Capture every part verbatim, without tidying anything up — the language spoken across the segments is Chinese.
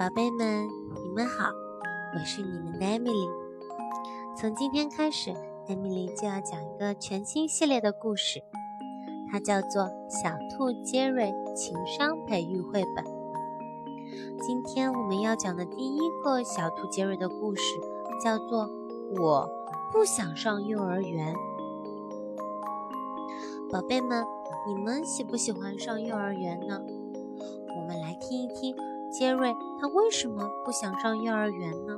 宝贝们，你们好，我是你们的 Emily。从今天开始 ，Emily 就要讲一个全新系列的故事，它叫做《小兔杰瑞情商培育绘本》。今天我们要讲的第一个小兔杰瑞的故事叫做《我不想上幼儿园》。宝贝们，你们喜不喜欢上幼儿园呢？我们来听一听杰瑞他为什么不想上幼儿园呢？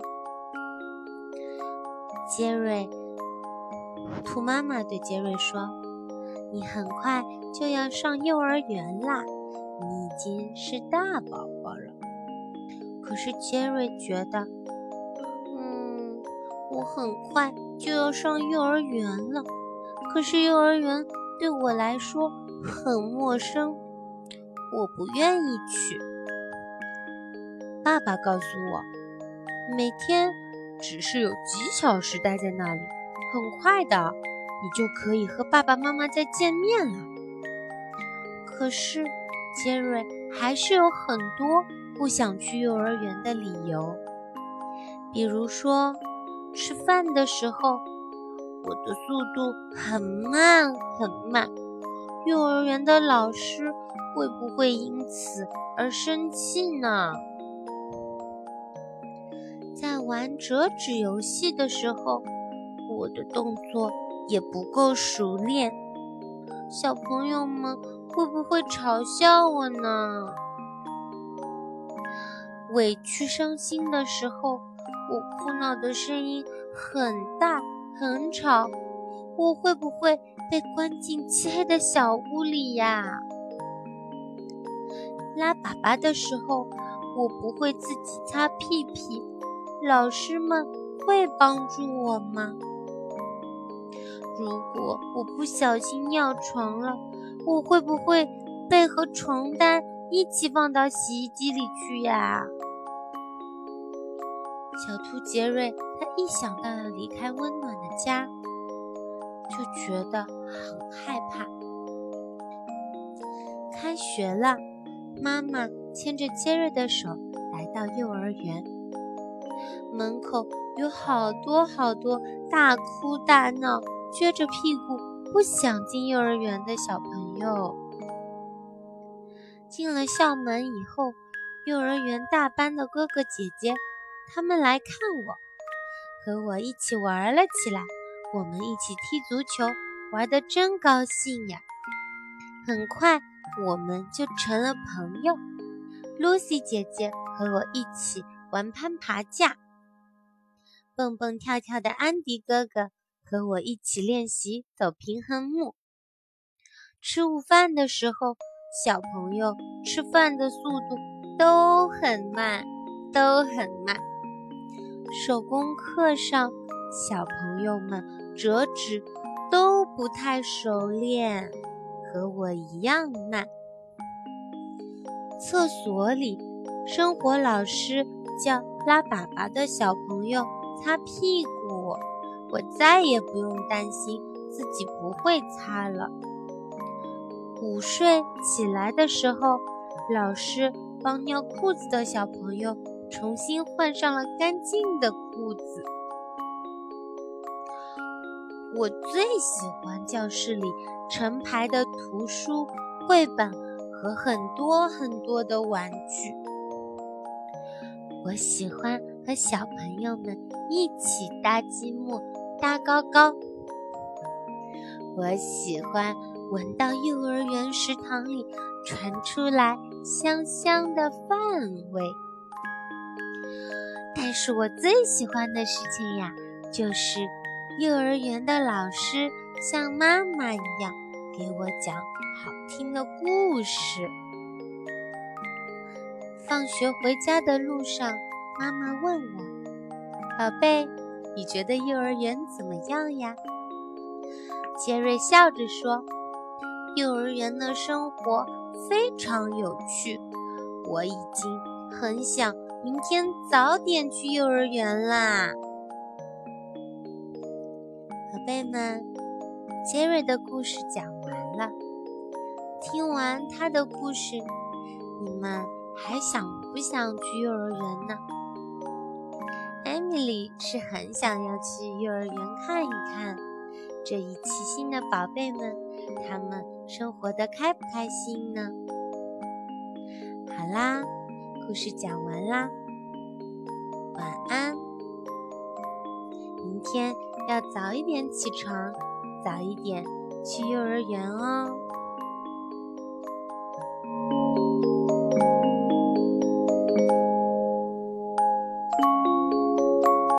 杰瑞，兔妈妈对杰瑞说：“你很快就要上幼儿园啦，你已经是大宝宝了。”可是杰瑞觉得，嗯，我很快就要上幼儿园了，可是幼儿园对我来说很陌生，我不愿意去。爸爸告诉我，每天只是有几小时待在那里，很快的，你就可以和爸爸妈妈再见面了。可是杰瑞还是有很多不想去幼儿园的理由，比如说吃饭的时候，我的速度很慢很慢，幼儿园的老师会不会因此而生气呢？在玩折纸游戏的时候，我的动作也不够熟练，小朋友们会不会嘲笑我呢？委屈伤心的时候，我哭闹的声音很大很吵，我会不会被关进漆黑的小屋里呀？拉粑粑的时候，我不会自己擦屁屁，老师们会帮助我吗？如果我不小心尿床了，我会不会被和床单一起放到洗衣机里去呀？小兔杰瑞他一想到要离开温暖的家，就觉得很害怕。开学了，妈妈牵着杰瑞的手来到幼儿园，门口有好多好多大哭大闹撅着屁股不想进幼儿园的小朋友。进了校门以后，幼儿园大班的哥哥姐姐他们来看我，和我一起玩了起来，我们一起踢足球，玩得真高兴呀。很快我们就成了朋友。Lucy 姐姐和我一起玩攀爬架，蹦蹦跳跳的安迪哥哥和我一起练习走平衡木。吃午饭的时候，小朋友吃饭的速度都很慢，都很慢。手工课上，小朋友们折纸都不太熟练，和我一样慢。厕所里，生活老师叫拉粑粑的小朋友擦屁股，我再也不用担心自己不会擦了。午睡起来的时候，老师帮尿裤子的小朋友重新换上了干净的裤子。我最喜欢教室里成排的图书、绘本和很多很多的玩具。我喜欢和小朋友们一起搭积木、搭高高。我喜欢闻到幼儿园食堂里传出来香香的饭味。但是我最喜欢的事情呀，就是幼儿园的老师像妈妈一样给我讲好听的故事。放学回家的路上，妈妈问我：“宝贝，你觉得幼儿园怎么样呀？”杰瑞笑着说：“幼儿园的生活非常有趣，我已经很想明天早点去幼儿园啦。”宝贝们，杰瑞的故事讲完了。听完他的故事，你们还想不想去幼儿园呢？艾米丽是很想要去幼儿园看一看这一起新的宝贝们，他们生活得开不开心呢？好啦，故事讲完啦，晚安。明天要早一点起床，早一点去幼儿园哦。